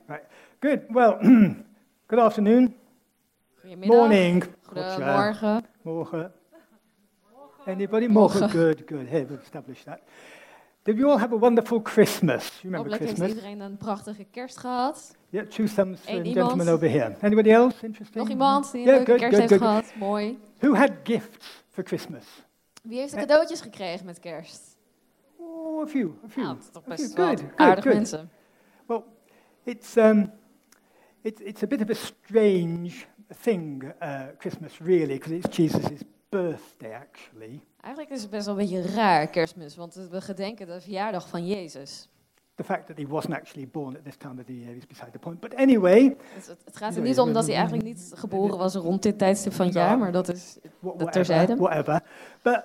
Right. Good. Well, good afternoon. Goedemiddag. Morning. Goedemorgen. Morgen. Anybody? Morgen. Good, good. Hey, we've established that. Did you all have a wonderful Christmas? You remember Hopelijk heeft Christmas? iedereen een prachtige kerst gehad. Yeah, two thumbs for Eén the iemand. gentleman over here. Anybody else interesting? Nog iemand die een Yeah, leuke good, kerst good, heeft good. gehad? Mooi. Who had gifts for Christmas? Wie heeft de cadeautjes gekregen met kerst? Oh, a few. Nou, dat is toch A best few. wel Good, good, aardige good. mensen. Well, it's a bit of a strange thing, Christmas, really, because it's Jesus' birthday, actually. Eigenlijk is het best wel een beetje raar, kerstmis, want we gedenken de verjaardag van Jezus. The fact that he wasn't actually born at this time of the year is beside the point. But anyway, Dus het gaat er niet om dat hij eigenlijk niet geboren was rond dit tijdstip van het Ja. jaar, maar dat is dat terzijde. whatever. But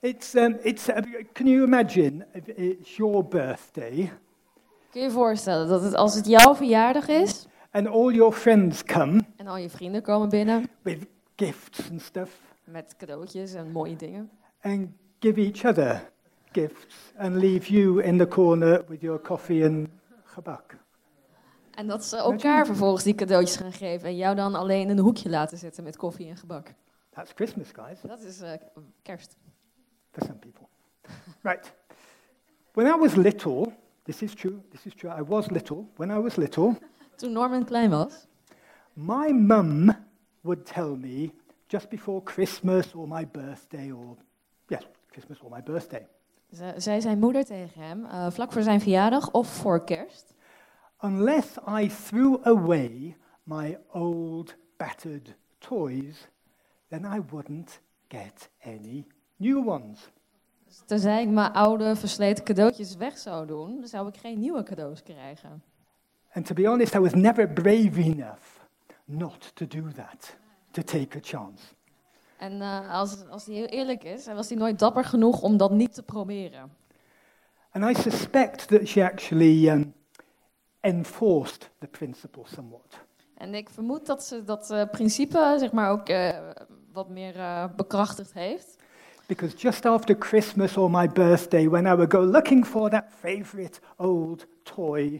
can you imagine if it's your birthday Kun je je voorstellen dat als het jouw verjaardag is and all your friends come en al je vrienden komen binnen with gifts and stuff met cadeautjes en mooie dingen. and give each other gifts and leave you in the corner with your coffee and gebak? En dat ze elkaar vervolgens die cadeautjes gaan geven en jou dan alleen in een hoekje laten zitten met koffie en gebak. That's Christmas, guys, Dat is kerst. for some people. Right. When I was little, this is true, I was little. When I was little, Toen Norman klein was, my mum would tell me just before Christmas or my birthday Christmas or my birthday, zei zijn moeder tegen hem, vlak voor zijn verjaardag of voor kerst, unless I threw away my old battered toys, then I wouldn't get any new ones. dus tenzij ik mijn oude versleten cadeautjes weg zou doen, dan zou ik geen nieuwe cadeaus krijgen. And to be honest, I was never brave enough not to do that, to take a chance. En als hij heel eerlijk is, was hij nooit dapper genoeg om dat niet te proberen. And I suspect that she actually enforced the principle somewhat. En ik vermoed dat ze dat principe zeg maar ook wat meer bekrachtigd heeft. Because just after Christmas or my birthday, when I would go looking for that favorite old toy,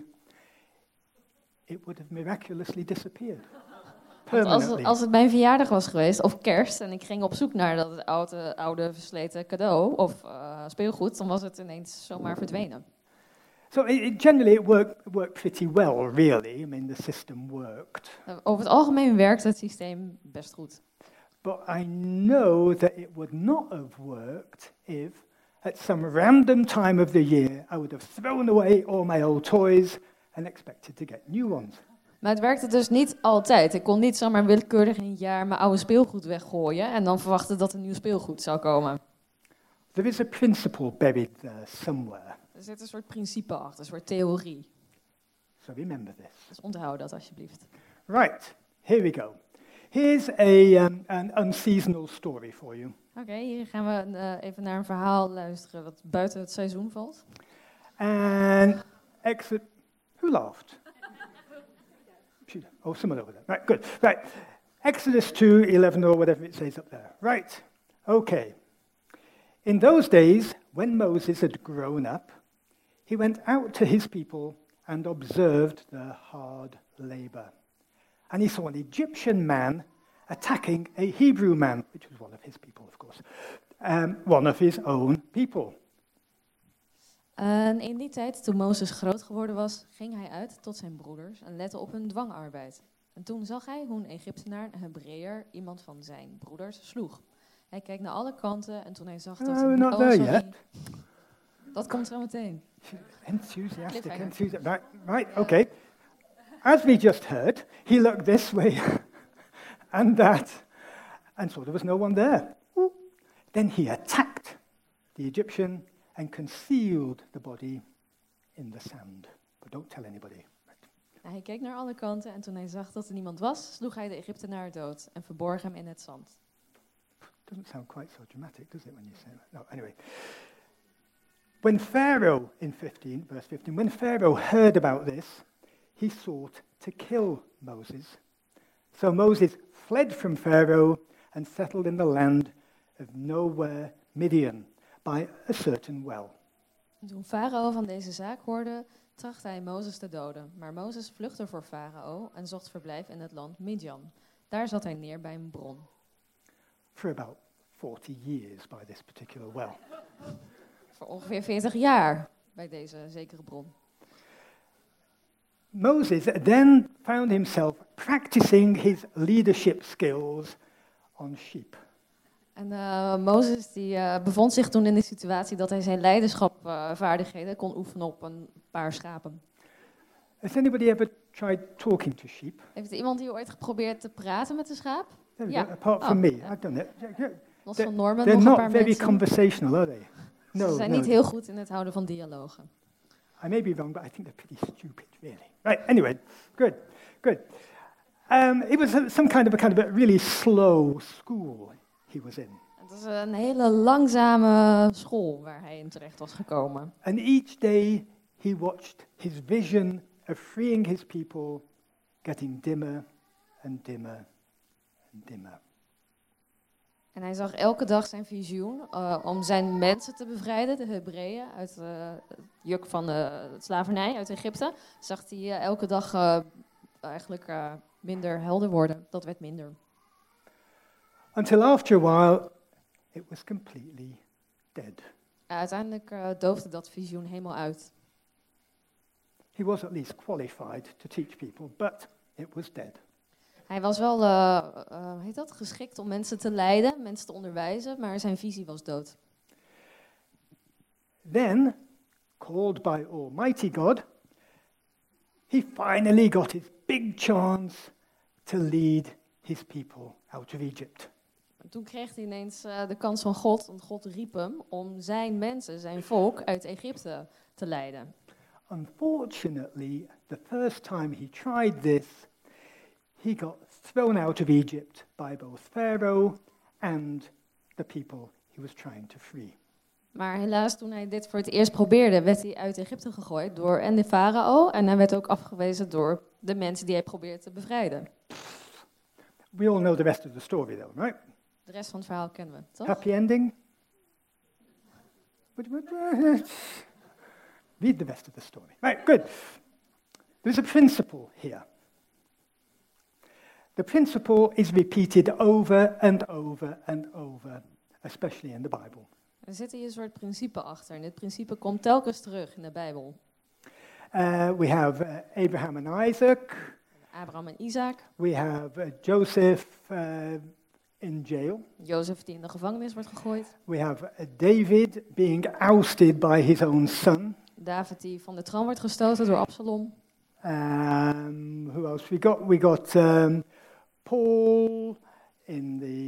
it would have miraculously disappeared. Want Permanently. als het mijn verjaardag was geweest, of kerst, en ik ging op zoek naar dat oude versleten cadeau of speelgoed, dan was het ineens zomaar verdwenen. So generally it worked pretty well, really. I mean, the system worked. Over het algemeen werkt het systeem best goed. But I know that it would not have worked if, at some random time of the year, I would have thrown away all my old toys and expected to get new ones. Maar het werkte dus niet altijd. Ik kon niet zomaar willekeurig in het jaar mijn oude speelgoed weggooien en dan verwachten dat er nieuw speelgoed zou komen. There is a principle buried there somewhere. Er zit een soort principe achter, een soort theorie. So remember this. Dus onthoud dat alsjeblieft. Right, here we go. Here's an unseasonal story for you. Oké, hier gaan we even naar een verhaal luisteren wat buiten het seizoen valt. And who laughed? Oh, someone over there. Right, good. Right. Exodus 2:11 or whatever it says up there. Right. Okay. In those days, when Moses had grown up, he went out to his people and observed their hard labor. And he saw an Egyptian man attacking a Hebrew man, which was one of his people, of course, one of his own people. En in die tijd, toen Mozes groot geworden was, ging hij uit tot zijn broeders en lette op hun dwangarbeid. En toen zag hij hoe een Egyptenaar, een Hebreeër, iemand van zijn broeders sloeg. Hij keek naar alle kanten en toen hij zag dat... we're not there yet. Dat komt zo meteen. Enthusiastic. Right, okay. As we just heard, he looked this way and that, and so there was no one there. Then he attacked the Egyptian and concealed the body in the sand. But don't tell anybody. Right. Hij keek naar alle kanten en toen hij zag dat er niemand was, sloeg hij de Egyptenaar dood en verborg hem in het zand. Doesn't sound quite so dramatic, does it, when you say that? No, anyway. When Pharaoh, verse 15, when Pharaoh heard about this, he sought to kill Moses. So Moses fled from Pharaoh and settled in the land of nowhere, Midian, by a certain well. Toen Farao van deze zaak hoorde, trachtte hij Mozes te doden. Maar Mozes vluchtte voor Farao en zocht verblijf in het land Midjan. Daar zat hij neer bij een bron. For about 40 years by this particular well. Voor ongeveer 40 jaar bij deze zekere bron. Moses then found himself practicing his leadership skills on sheep. En Mozes bevond zich toen in de situatie dat hij zijn leiderschapvaardigheden kon oefenen op een paar schapen. Has anybody ever tried talking to sheep? Heeft iemand hier ooit geprobeerd te praten met de schaap? There we Ja. go. Apart from Oh, me, ja. I've done it. Los van Norman They're nog een not paar very mensen. conversational, are they? Ze zijn niet heel goed in het houden van dialogen. I may be wrong, but I think they're pretty stupid, really. Right, anyway, good. It was some kind of a really slow school he was in. Het was een hele langzame school waar hij in terecht was gekomen. And each day he watched his vision of freeing his people getting dimmer and dimmer and dimmer. En hij zag elke dag zijn visioen om zijn mensen te bevrijden, de Hebreeën, uit het juk van de slavernij uit Egypte. Zag hij elke dag eigenlijk minder helder worden. Dat werd minder. Until after a while, it was completely dead. Uiteindelijk doofde dat visioen helemaal uit. He was at least qualified to teach people, but it was dead. Hij was wel geschikt om mensen te leiden, mensen te onderwijzen, maar zijn visie was dood. Then, called by Almighty God, he finally got his big chance to lead his people out of Egypt. En toen kreeg hij ineens de kans van God, want God riep hem om zijn mensen, zijn volk uit Egypte te leiden. Unfortunately, the first time he tried this, he got thrown out of Egypt by both Pharaoh and the people he was trying to free. Maar helaas, toen hij dit voor het eerst probeerde, werd hij uit Egypte gegooid door en de farao. En hij werd ook afgewezen door de mensen die hij probeerde te bevrijden. We all know the rest of the story though, right? De rest van het verhaal kennen we, toch? Happy ending? Read the rest of the story. Right, good. There's a principle here. The principle is repeated over and over and over, especially in the Bible. Er zit hier een soort principe achter. En dit principe komt telkens terug in de Bijbel. We have Abraham and Isaac. Abraham en Isaac. We have Joseph in jail. Jozef die in de gevangenis wordt gegooid. We have David being ousted by his own son. David die van de troon wordt gestoten door Absalom. Who else we got? We got Paul in the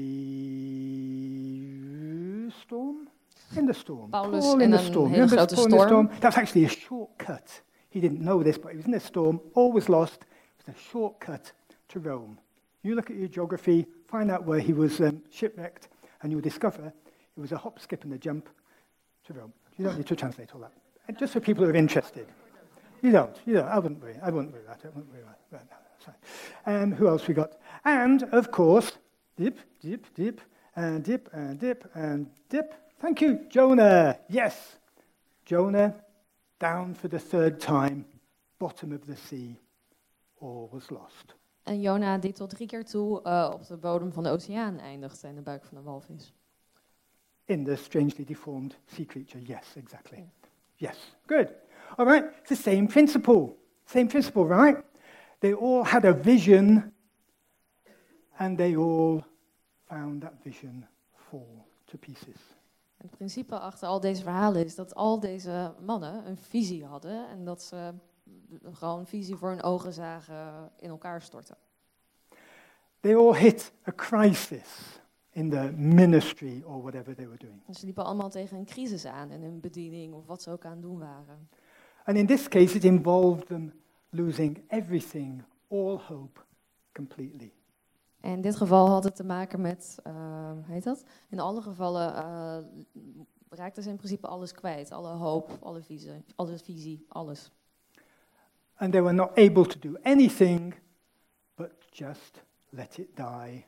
storm. In the storm. Paulus Paul in the een storm. hele Remember grote Paul in the storm. That was actually a shortcut. He didn't know this, but he was in a storm, always lost. It was a shortcut to Rome. You look at your geography, find out where he was shipwrecked, and you'll discover it was a hop, skip, and a jump to Rome. You don't need to translate all that. And just for people who are interested. You don't. I wouldn't worry. I wouldn't worry about it. Right, no, that's fine. Who else we got? And, of course, dip, dip, dip, and dip, and dip, and dip. Thank you, Jonah. Yes. Jonah, down for the third time, bottom of the sea, all was lost. En Jona die tot 3 keer toe op de bodem van de oceaan eindigde in de buik van een walvis. In the strangely deformed sea creature, yes, exactly. Yes, good. All right, it's the same principle. Same principle, right? They all had a vision, and they all found that vision fall to pieces. Het principe achter al deze verhalen is dat al deze mannen een visie hadden en dat ze gewoon een visie voor hun ogen zagen in elkaar storten. They all hit a crisis in the ministry or whatever they were doing. En ze liepen allemaal tegen een crisis aan in hun bediening of wat ze ook aan het doen waren. And in this case, it involved them losing everything, all hope, completely. En in dit geval had het te maken met, in alle gevallen raakten ze in principe alles kwijt. Alle hoop, alle visie, alles. And they were not able to do anything but just let it die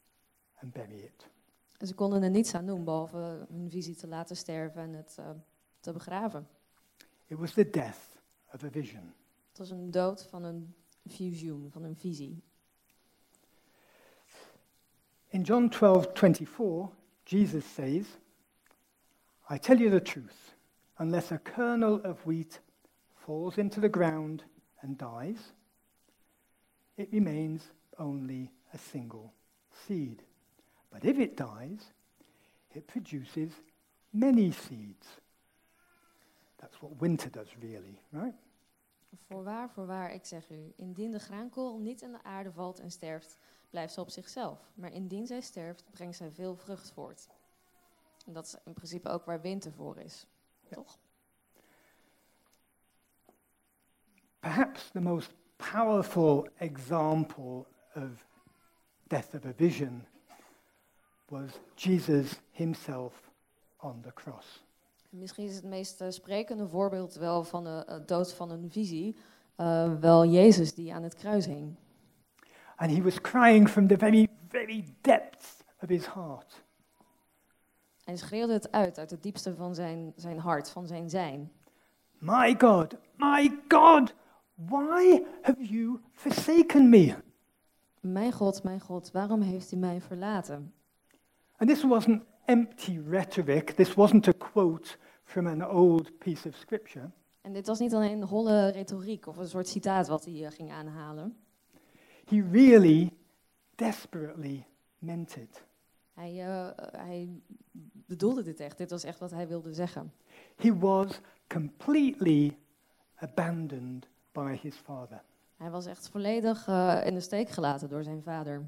and bury it. En ze konden er niets aan doen, behalve hun visie te laten sterven en het te begraven. It was the death of a vision. Het was een dood van een visioen, van een visie. In John 12:24, Jesus says, I tell you the truth, unless a kernel of wheat falls into the ground and dies, it remains only a single seed. But if it dies, it produces many seeds. That's what winter does really, right? Voorwaar, ik zeg u, indien de graankorrel niet in de aarde valt en sterft, blijft ze op zichzelf. Maar indien zij sterft, brengt zij veel vrucht voort. En dat is in principe ook waar winter voor is, toch? Perhaps the most powerful example of death of a vision was Jesus himself on the cross. Misschien is het meest sprekende voorbeeld wel van de dood van een visie, wel Jezus die aan het kruis hing. And he was crying from the very, very depths of his heart. Hij schreeuwde het uit het diepste van zijn hart, van zijn zijn. My God, why have you forsaken me? Mijn God, waarom heeft u mij verlaten? And this wasn't empty rhetoric. This wasn't a quote from an old piece of scripture. En dit was niet alleen holle retoriek of een soort citaat wat hij ging aanhalen. He really, desperately meant it. Hij bedoelde dit echt. Dit was echt wat hij wilde zeggen. He was completely abandoned by his father. Hij was echt volledig in de steek gelaten door zijn vader.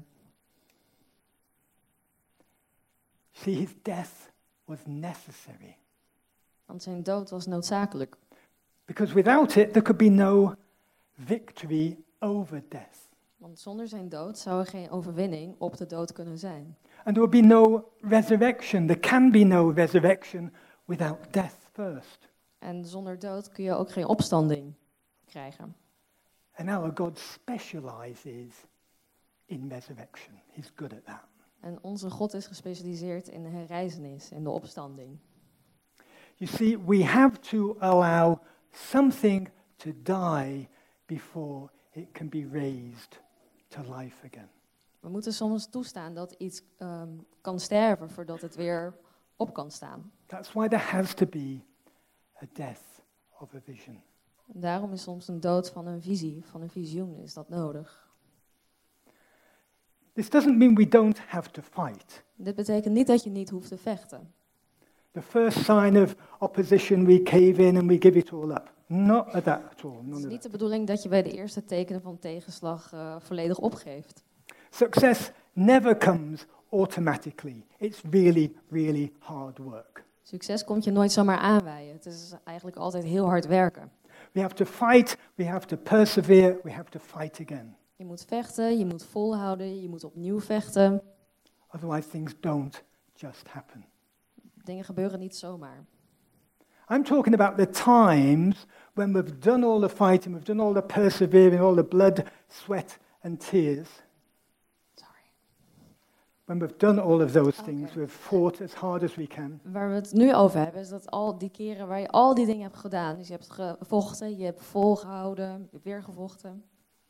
See, his death was necessary. Want zijn dood was noodzakelijk. Because without it, there could be no victory over death. Want zonder zijn dood zou er geen overwinning op de dood kunnen zijn. And there would be no resurrection. There can be no resurrection without death first. En zonder dood kun je ook geen opstanding krijgen. And our God specializes in resurrection. He's good at that. En onze God is gespecialiseerd in de herrijzenis, in de opstanding. You see, we have to allow something to die before it can be raised to life again. We moeten soms toestaan dat iets kan sterven voordat het weer op kan staan. That's why there has to be a death of a vision. En daarom is soms een dood van een visie, van een visioen, is dat nodig. This doesn't mean we don't have to fight. Dit betekent niet dat je niet hoeft te vechten. The first sign of opposition, we cave in and we give it all up. Not at that at all. Het None is of niet that. de bedoeling dat je bij de eerste tekenen van tegenslag volledig opgeeft. Success never comes automatically. It's really, really hard work. Succes komt je nooit zomaar aanwaaien. Het is eigenlijk altijd heel hard werken. We have to fight, we have to persevere, we have to fight again. Je moet vechten, je moet volhouden, je moet opnieuw vechten. Otherwise things don't just happen. Dingen gebeuren niet zomaar. I'm talking about the times when we've done all the fighting, we've done all the persevering, all the blood, sweat and tears. Sorry. When we've done all of those things, Okay. we've fought as hard as we can. Waar we het nu over hebben, is dat al die keren waar je al die dingen hebt gedaan. Dus je hebt gevochten, je hebt volgehouden, je hebt weer gevochten.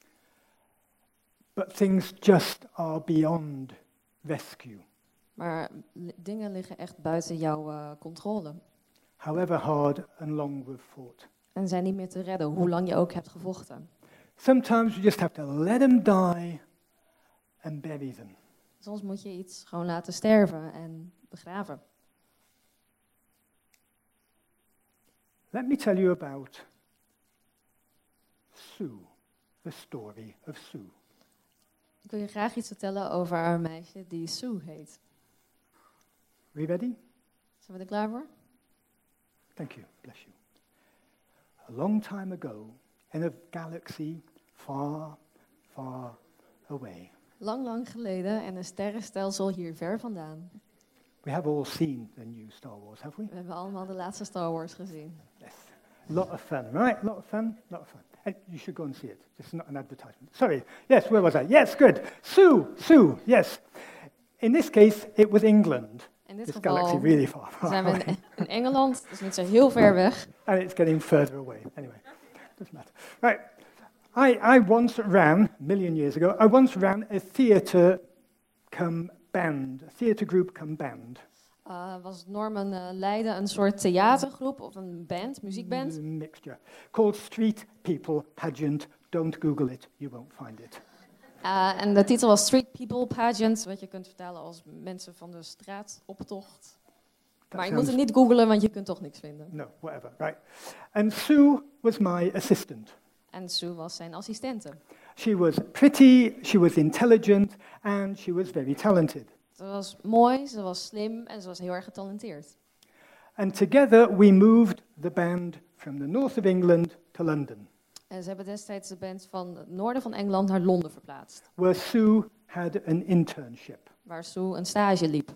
But things just are beyond rescue. Maar dingen liggen echt buiten jouw controle. However hard and long we've fought. En zijn niet meer te redden, hoe lang je ook hebt gevochten. Sometimes we just have to let them die and bury them. Soms moet je iets gewoon laten sterven en begraven. Let me tell you about Sue, the story of Sue. Ik wil je graag iets vertellen over een meisje die Sue heet. Are you ready? Zijn we er klaar voor? Thank you. Bless you. A long time ago, in a galaxy far, far away. Lang geleden en een sterrenstelsel hier ver vandaan. We have all seen the new Star Wars, have we? We hebben allemaal de laatste Star Wars gezien. Yes. A lot of fun, right? Lot of fun, lot of fun. And you should go and see it. This is not an advertisement. Sorry. Yes, where was I? Yes, good. Sue, yes. In this case, it was England. In dit This geval galaxy really far. zijn we in Engeland, dus niet zo heel ver weg. And it's getting further away. Anyway, doesn't matter. Right. I once ran, a million years ago, I once ran a theatre group come band. Was Norman leidde een soort theatergroep of een band, muziekband. A mixture. Called Street People Pageant. Don't Google it, you won't find it. En de titel was Street People Pageant, wat je kunt vertalen als mensen van de straatoptocht. Maar je moet het niet googlen, want je kunt toch niks vinden. No, whatever, right. And Sue was my assistant. En Sue was zijn assistente. She was pretty, she was intelligent, and she was very talented. Ze was mooi, ze was slim en ze was heel erg getalenteerd. And together we moved the band from the north of England to London, En ze hebben destijds de band van het noorden van Engeland naar Londen verplaatst. where Sue had an internship. Waar Sue een stage liep.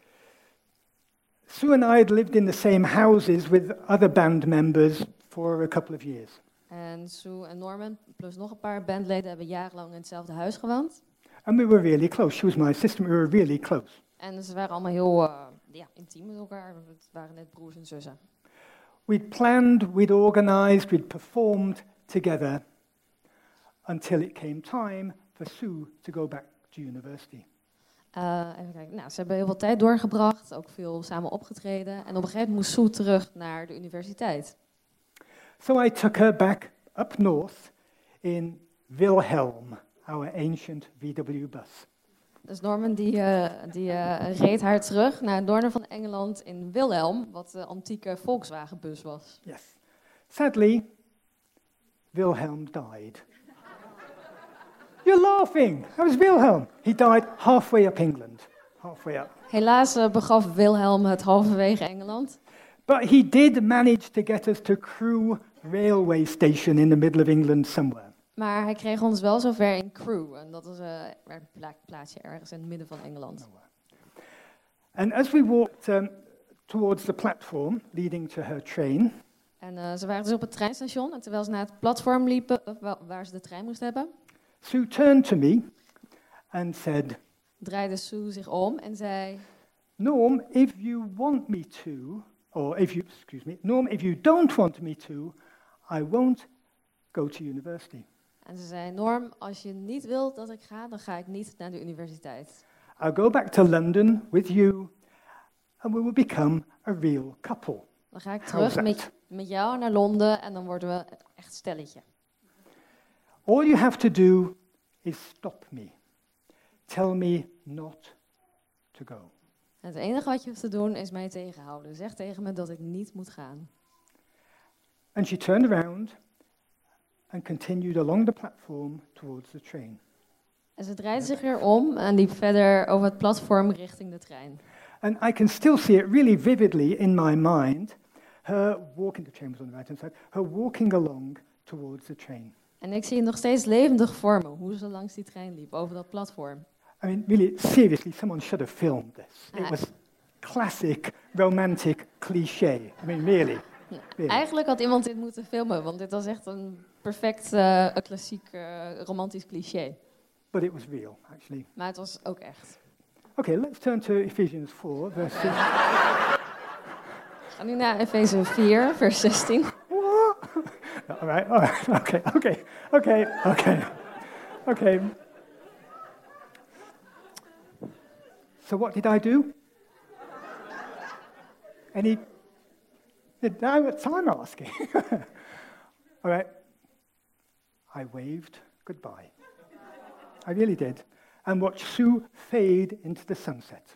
Sue and I had lived in the same houses with other band members for a couple of years. En Sue en Norman, plus nog een paar bandleden, hebben jarenlang in hetzelfde huis gewoond. And we were really close. She was my assistant, we were really close. En ze waren allemaal heel intiem met elkaar. Het waren net broers en zussen. We'd planned, we'd organized, we'd performed together until it came time for Sue to go back to university. Even kijken. Nou, ze hebben heel veel tijd doorgebracht, ook veel samen opgetreden. En op een gegeven moment moest Sue terug naar de universiteit. So I took her back up north in Wilhelm, our ancient VW bus. Dus Norman die reed haar terug naar het noorden van Engeland in Wilhelm, wat de antieke Volkswagenbus was. Yes. Sadly, Wilhelm died. You're laughing. That was Wilhelm. He died halfway up England. Halfway up. Helaas begaf Wilhelm het halverwege Engeland. But he did manage to get us to Crewe railway station in the middle of England somewhere. Maar hij kreeg ons wel zover in Crewe. En dat is een plaatsje ergens in het midden van Engeland. And as we walked towards the platform leading to her train, En ze waren dus op het treinstation. En terwijl ze naar het platform liepen, waar ze de trein moesten hebben, Sue turned to me and said, draaide Sue zich om en zei: Norm, if you want me to, Norm, if you don't want me to, I won't go to university. En ze zei: Norm, als je niet wilt dat ik ga, dan ga ik niet naar de universiteit. I'll go back to London with you and we will become a real couple. Dan ga ik How's terug met jou naar Londen en dan worden we een echt stelletje. All you have to do is stop me. Tell me not to go. En het enige wat je hoeft te doen is mij tegenhouden. Zeg tegen me dat ik niet moet gaan. And she turned around and continued along the platform towards the train. En ze draaide zich weer om en liep verder over het platform richting de trein. And I can still see it really vividly in my mind, her walking, the train was on the right-hand side, her walking along towards the train. En ik zie het nog steeds levendig voor me, hoe ze langs die trein liep, over dat platform. I mean, really, seriously, someone should have filmed this. It was classic romantic cliché. I mean, really. Really. Eigenlijk had iemand dit moeten filmen, want dit was echt een perfect klassiek romantisch cliché. But it was real, actually. Maar het was ook echt. Okay, let's turn to Ephesians 4, verse 6. Ga nu naar Efeze 4, vers 16. What? All right, okay. So what did I do? I'm asking. All right. I waved goodbye. I really did. And watched Sue fade into the sunset.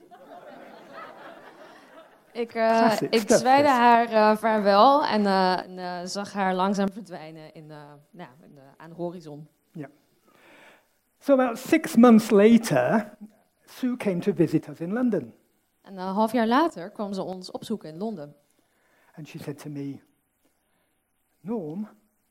Ik zwaaide haar vaarwel en zag haar langzaam verdwijnen aan de horizon. Yeah. So about 6 months later, Sue came to visit us in London. En een half jaar later kwam ze ons opzoeken in Londen. And she said to me, Norm,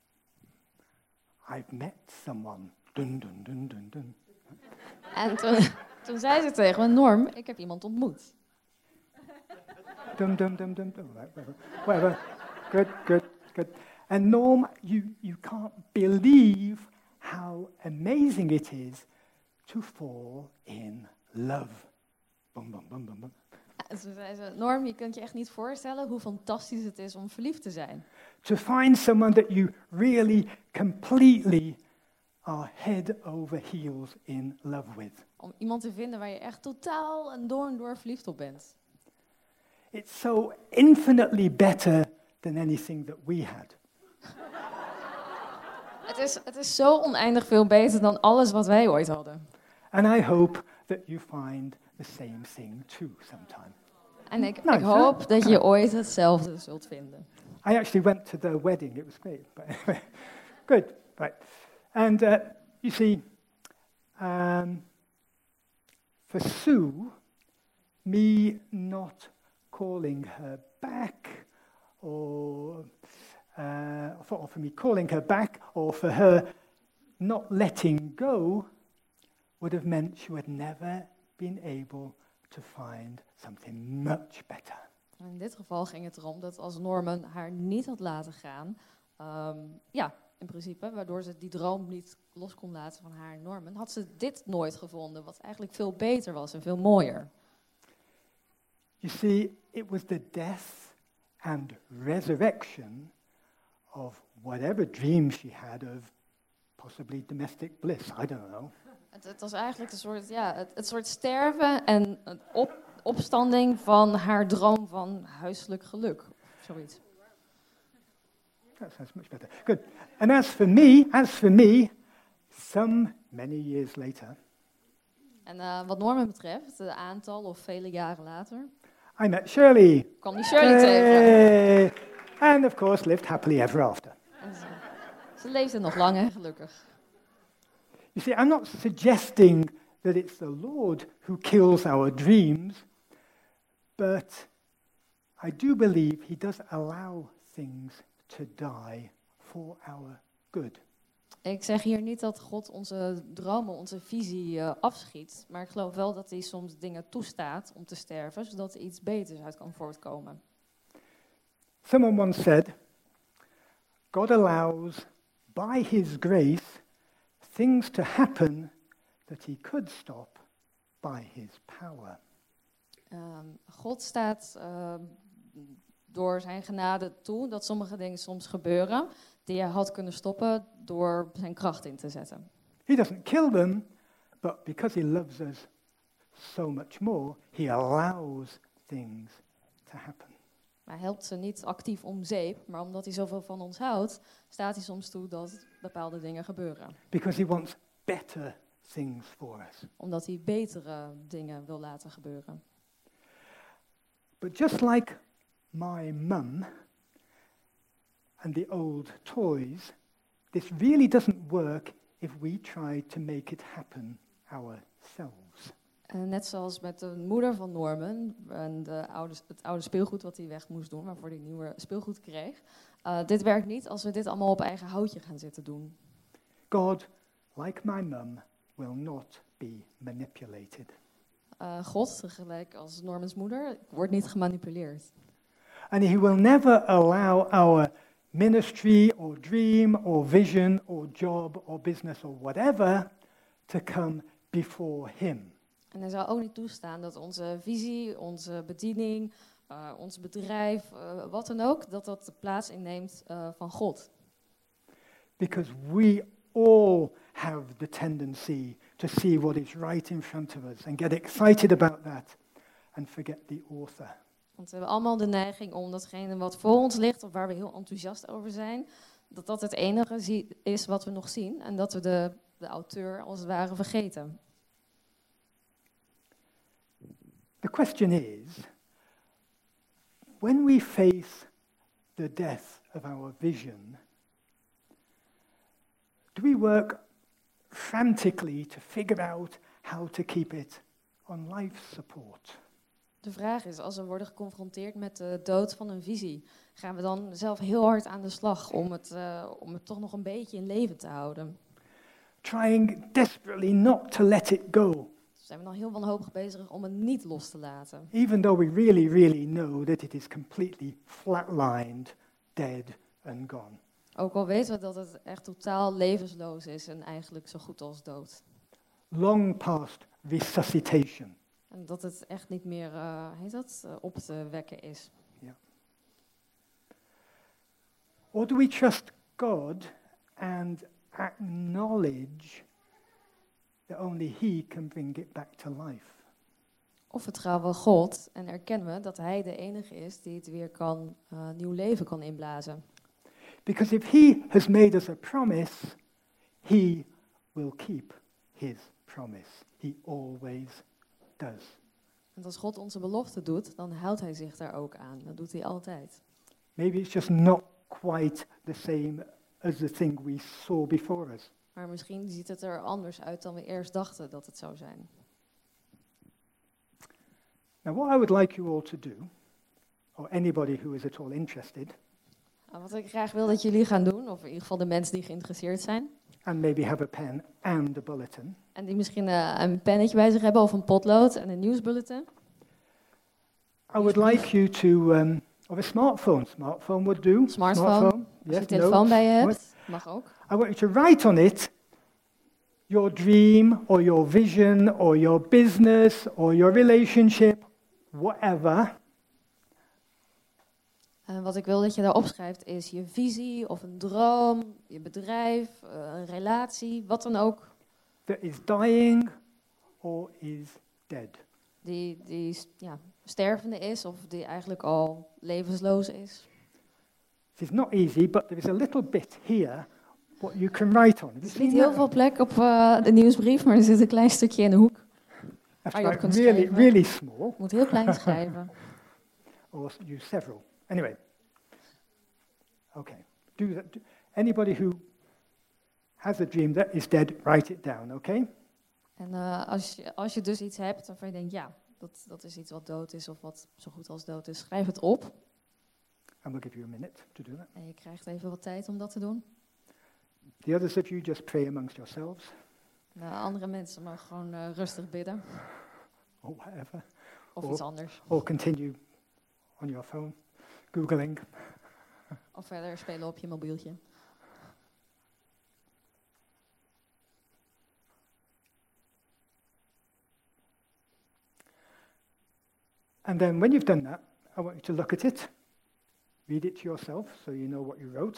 I've met someone. Dun, dun, dun, dun, dun. En toen zei ze tegen me, Norm, ik heb iemand ontmoet. Dum, dum, dum, dum, dum. Whatever. Good. And Norm, you can't believe how amazing it is to fall in love. Boom, boom, boom, boom, boom. En toen zei ze, Norm, je kunt je echt niet voorstellen hoe fantastisch het is om verliefd te zijn. To find someone that you really, completely are head over heels in love with. Om iemand te vinden waar je echt totaal en door verliefd op bent. It's so infinitely better than anything that we had. Het is zo oneindig veel beter dan alles wat wij ooit hadden. And I hope that you find the same thing too sometime. En ik Nice, hoop dat je ooit hetzelfde zult vinden. I actually went to the wedding. It was great. But anyway, good. Right. And you see, for Sue, me not calling her back, or for me calling her back, or for her not letting go, would have meant she would never been able to find something much better. In dit geval ging het erom dat als Norman haar niet had laten gaan, in principe, waardoor ze die droom niet los kon laten van haar Norman, had ze dit nooit gevonden, wat eigenlijk veel beter was en veel mooier. You see, it was the death and resurrection of whatever dreams she had of possibly domestic bliss, I don't know. Het was eigenlijk een soort, het soort sterven en een opstanding van haar droom van huiselijk geluk, of zoiets. That sounds much better. Good. And as for me, some many years later, En wat Norman betreft, een aantal of vele jaren later, I met Shirley. kwam die Shirley tegen. And of course lived happily ever after. En ze leefde nog lang en gelukkig. You see, I'm not suggesting that it's the Lord who kills our dreams, but I do believe he does allow things to die for our good. Ik zeg hier niet dat God onze dromen, onze visie afschiet, maar ik geloof wel dat hij soms dingen toestaat om te sterven, zodat er iets beters uit kan voortkomen. Someone once said, God allows, by his grace, things to happen that he could stop by his power. God staat door zijn genade toe dat sommige dingen soms gebeuren die hij had kunnen stoppen door zijn kracht in te zetten. He doesn't kill them, but because he loves us so much more, he allows things to happen. Hij helpt ze niet actief om zeep, maar omdat hij zoveel van ons houdt, staat hij soms toe dat bepaalde dingen gebeuren. Because he wants better things for us. Omdat hij betere dingen wil laten gebeuren. But just like my mum and the old toys, this really doesn't work if we try to make it happen ourselves. Net zoals met de moeder van Norman en het oude speelgoed wat hij weg moest doen, waarvoor hij nieuwe speelgoed kreeg. Dit werkt niet als we dit allemaal op eigen houtje gaan zitten doen. God, like my mum, will not be manipulated. God, tegelijk als Normans moeder, wordt niet gemanipuleerd. And he will never allow our ministry or dream or vision or job or business or whatever to come before him. En hij zou ook niet toestaan dat onze visie, onze bediening, ons bedrijf, wat dan ook, dat de plaats inneemt van God. Because we all have the tendency to see what is right in front of us and get excited about that and forget the author. Want we hebben allemaal de neiging om datgene wat voor ons ligt, of waar we heel enthousiast over zijn, dat dat het enige is wat we nog zien en dat we de auteur als het ware vergeten. The question is, when we face the death of our vision, do we work frantically to figure out how to keep it on life support? De vraag is, als we worden geconfronteerd met de dood van een visie, gaan we dan zelf heel hard aan de slag om het toch nog een beetje in leven te houden? Trying desperately not to let it go. Zijn we dan heel wanhopig bezig om het niet los te laten? Even though we really, really know that it is completely flatlined, dead and gone. Ook al weten we dat het echt totaal levensloos is en eigenlijk zo goed als dood. Long past resuscitation. En dat het echt niet meer op te wekken is. Or do we trust God and acknowledge that only He can bring it back to life? Of vertrouwen we God en erkennen we dat Hij de enige is die het weer nieuw leven kan inblazen. Because if He has made us a promise, He will keep His promise. He always does. Want als God onze belofte doet, dan houdt Hij zich daar ook aan. Dat doet Hij altijd. Maybe it's just not quite the same as the thing we saw before us. Maar misschien ziet het er anders uit dan we eerst dachten dat het zou zijn. Now, what I would like you all to do, or anybody who is at all interested, Wat ik graag wil dat jullie gaan doen, of in ieder geval de mensen die geïnteresseerd zijn, and maybe have a pen and a bulletin, en die misschien een pennetje bij zich hebben of een potlood en een nieuwsbulletin. I would like you to, of a smartphone. Smartphone would do. Smartphone. Als je Yes, een telefoon notes. bij je hebt, What? mag ook. I want you to write on it your dream or your vision or your business or your relationship, whatever. En wat ik wil dat je daar opschrijft is je visie of een droom, je bedrijf, een relatie, wat dan ook. That is dying or is dead. Die stervende is of die eigenlijk al levensloos is. It is not easy, but there is a little bit here what you can write on. Have Er you is seen niet heel that? veel plek op de nieuwsbrief, maar er zit een klein stukje in de hoek. Have waar to je op write kunt really, schrijven. really small, Je moet heel klein schrijven. or use several. Anyway. Okay. Do that. Anybody who has a dream that is dead, write it down, okay? En als je dus iets hebt waarvan je denkt, ja, dat is iets wat dood is of wat zo goed als dood is, schrijf het op. And we'll give you a minute to do that. En je krijgt even wat tijd om dat te doen. The others of you just pray amongst yourselves, De andere mensen mogen gewoon rustig bidden. or whatever, Of Oh. iets anders. or continue on your phone, Googling. Of verder spelen op je mobieltje. And then when you've done that, I want you to look at it, read it to yourself so you know what you wrote.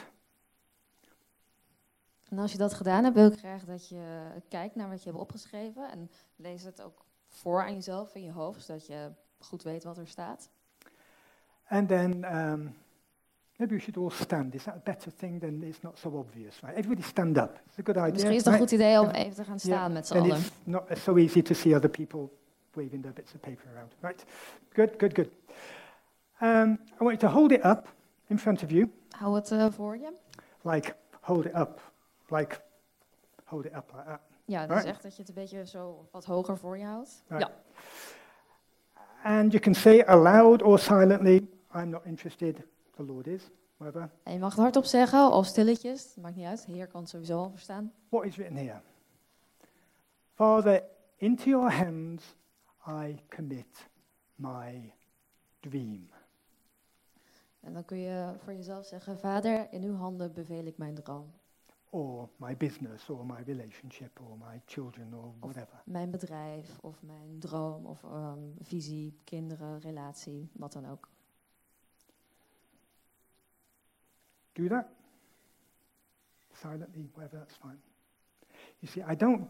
En als je dat gedaan hebt, wil ik graag dat je kijkt naar wat je hebt opgeschreven. En lees het ook voor aan jezelf in je hoofd, zodat je goed weet wat er staat. And then maybe we should all stand. Is that a better thing? Then it's not so obvious, right? Everybody stand up. It's a good idea. Misschien is het een right? goed idee om even te gaan staan Yeah. met z'n Then allen. it's not so easy to see other people waving their bits of paper around. Right? Good, good, good. I want you to hold it up in front of you, Hou het voor je. like hold it up, like hold it up like that. Ja, dus echt dat je het een beetje zo wat hoger voor je houdt. Right. Ja. And you can say aloud or silently, I'm not interested, the Lord is, whatever. En je mag het hardop zeggen of stilletjes, dat maakt niet uit. De Heer kan het sowieso al verstaan. What is written here? Father, into your hands I commit my dream. En dan kun je voor jezelf zeggen, Vader, in uw handen beveel ik mijn droom. Or my business, or my relationship, or my children, or whatever. Mijn bedrijf of mijn droom of visie, kinderen, relatie, wat dan ook. Do that. Silently, whatever, that's fine. You see, I don't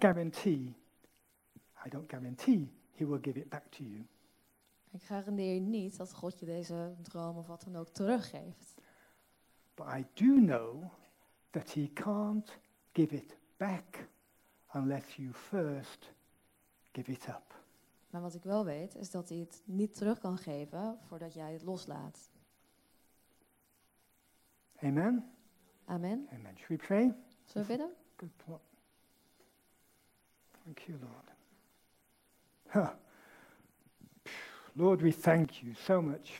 guarantee he will give it back to you. Ik garandeer niet dat God je deze droom of wat dan ook teruggeeft. But I do know that he can't give it back unless you first give it up. Maar wat ik wel weet, is dat hij het niet terug kan geven voordat jij het loslaat. Amen? Amen. Amen. Should we pray? Zullen we bidden? Good plot. Thank you, Lord. Huh. Lord, we thank you so much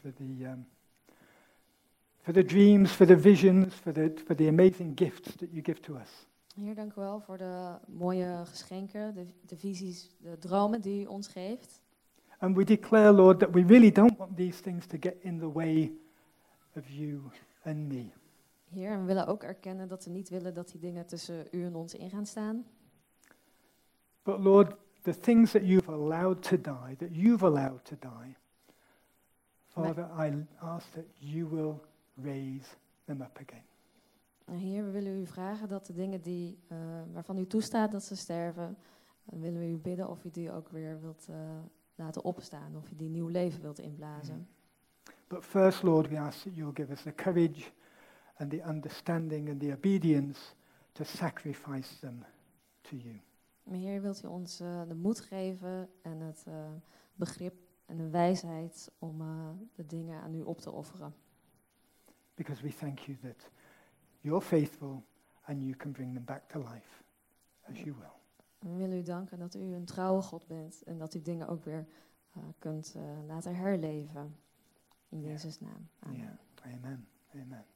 for the dreams, for the visions, for the amazing gifts that you give to us. Heer, dank u wel voor de mooie geschenken, de visies, de dromen die u ons geeft. And we declare, Lord, that we really don't want these things to get in the way of you and me. Heer, en we willen ook erkennen dat we niet willen dat die dingen tussen u en ons in gaan staan. But Lord, the things that you've allowed to die, that you've allowed to die, Father, I ask that you will raise them up again. Heer, we willen u vragen dat de dingen waarvan u toestaat dat ze sterven, dan willen we u bidden of u die ook weer wilt laten opstaan, of u die nieuw leven wilt inblazen. But first, Lord, we ask that you'll give us the courage and the understanding and the obedience to sacrifice them to you. Maar Heer, wilt u ons de moed geven en het begrip en de wijsheid om de dingen aan u op te offeren. Because we thank you that you're faithful and you can bring them back to life as you will. We willen u danken dat u een trouwe God bent en dat u dingen ook weer kunt laten herleven. In Jezus' naam. Amen. Yeah. Amen. Amen.